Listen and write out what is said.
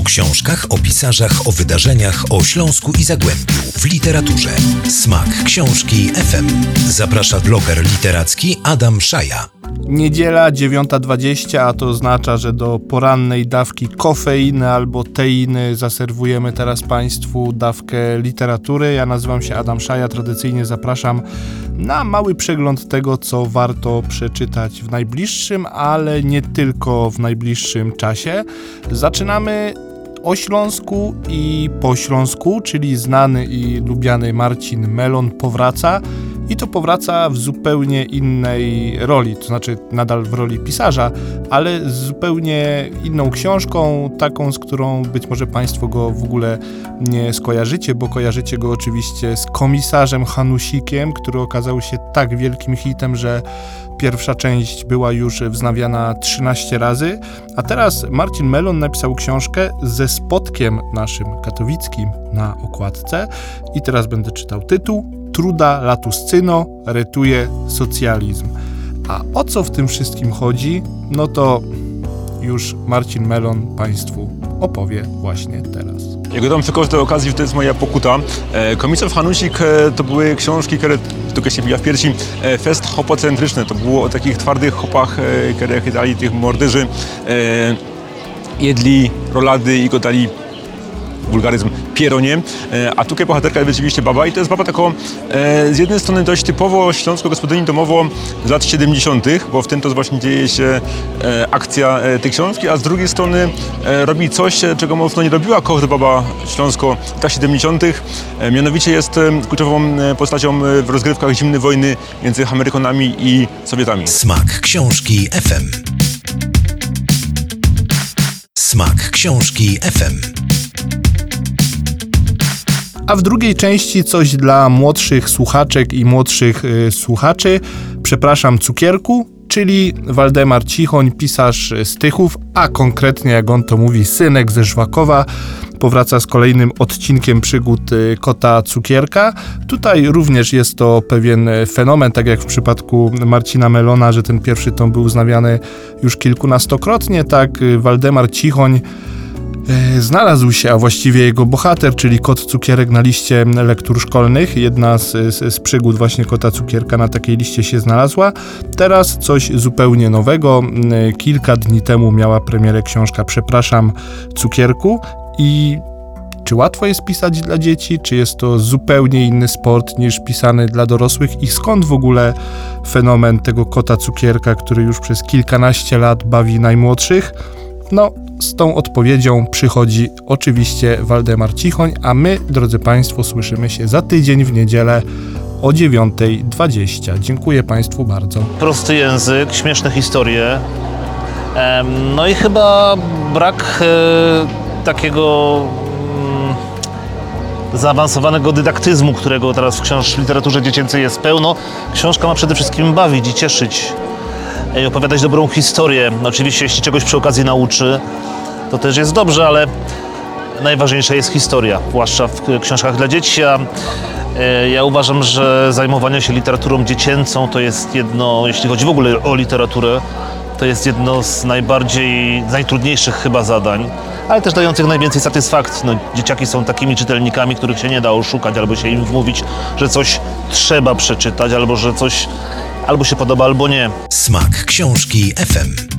książkach, o pisarzach, o wydarzeniach, o Śląsku i Zagłębiu, w literaturze. Smak Książki FM. Zaprasza bloger literacki Adam Szaja. Niedziela 9:20, a to oznacza, że do porannej dawki kofeiny albo teiny zaserwujemy teraz Państwu dawkę literatury. Ja nazywam się Adam Szaja, tradycyjnie zapraszam na mały przegląd tego, co warto przeczytać w najbliższym, ale nie tylko w najbliższym czasie. Zaczynamy o Śląsku i po Śląsku, czyli znany i lubiany Marcin Melon powraca. I to powraca w zupełnie innej roli, to znaczy nadal w roli pisarza, ale z zupełnie inną książką, taką, z którą być może Państwo go w ogóle nie skojarzycie, bo kojarzycie go oczywiście z Komisarzem Hanusikiem, który okazał się tak wielkim hitem, że pierwsza część była już wznawiana 13 razy, a teraz Marcin Melon napisał książkę ze spotkiem naszym katowickim na okładce i teraz będę czytał tytuł: Truda latuscyno retuje socjalizm. A o co w tym wszystkim chodzi? No to już Marcin Melon Państwu opowie właśnie teraz. Jak dam tylko z tej okazji, to jest moja pokuta. Komisarz Hanusik to były książki, które tylko się bija w piersi, fest hopocentryczne. To było o takich twardych hopach, które chytali tych mordyży, jedli rolady i godali, wulgaryzm, pieronie, a tutaj bohaterka jest rzeczywiście baba i to jest baba taką z jednej strony dość typowo śląsko gospodyni domowo z lat 70., bo w tym to właśnie dzieje się akcja tej książki, a z drugiej strony robi coś, czego mocno nie robiła baba śląsko w latach 70., mianowicie jest kluczową postacią w rozgrywkach zimnej wojny między Amerykanami i Sowietami. Smak Książki FM. Smak Książki FM. A w drugiej części coś dla młodszych słuchaczek i młodszych słuchaczy. Przepraszam, cukierku, czyli Waldemar Cichoń, pisarz z Tychów, a konkretnie, jak on to mówi, synek ze Żwakowa, powraca z kolejnym odcinkiem przygód kota cukierka. Tutaj również jest to pewien fenomen, tak jak w przypadku Marcina Melona, że ten pierwszy tom był wznawiany już kilkunastokrotnie, tak Waldemar Cichoń znalazł się, a właściwie jego bohater, czyli kot cukierek na liście lektur szkolnych. Jedna z przygód właśnie kota cukierka na takiej liście się znalazła. Teraz coś zupełnie nowego. Kilka dni temu miała premierę książka Przepraszam, cukierku. I czy łatwo jest pisać dla dzieci? Czy jest to zupełnie inny sport niż pisany dla dorosłych? I skąd w ogóle fenomen tego kota cukierka, który już przez kilkanaście lat bawi najmłodszych? No, z tą odpowiedzią przychodzi oczywiście Waldemar Cichoń, a my, drodzy Państwo, słyszymy się za tydzień w niedzielę o 9:20. Dziękuję Państwu bardzo. Prosty język, śmieszne historie, no i chyba brak takiego zaawansowanego dydaktyzmu, którego teraz w literaturze dziecięcej jest pełno. Książka ma przede wszystkim bawić i cieszyć. I opowiadać dobrą historię. Oczywiście, jeśli czegoś przy okazji nauczy, to też jest dobrze, ale najważniejsza jest historia, zwłaszcza w książkach dla dzieci. Ja uważam, że zajmowanie się literaturą dziecięcą to jest jedno, jeśli chodzi w ogóle o literaturę, to jest jedno z najtrudniejszych chyba zadań, ale też dających najwięcej satysfakcji. No, dzieciaki są takimi czytelnikami, których się nie da oszukać, albo się im wmówić, że coś trzeba przeczytać, albo że coś albo się podoba, albo nie. Smak Książki FM.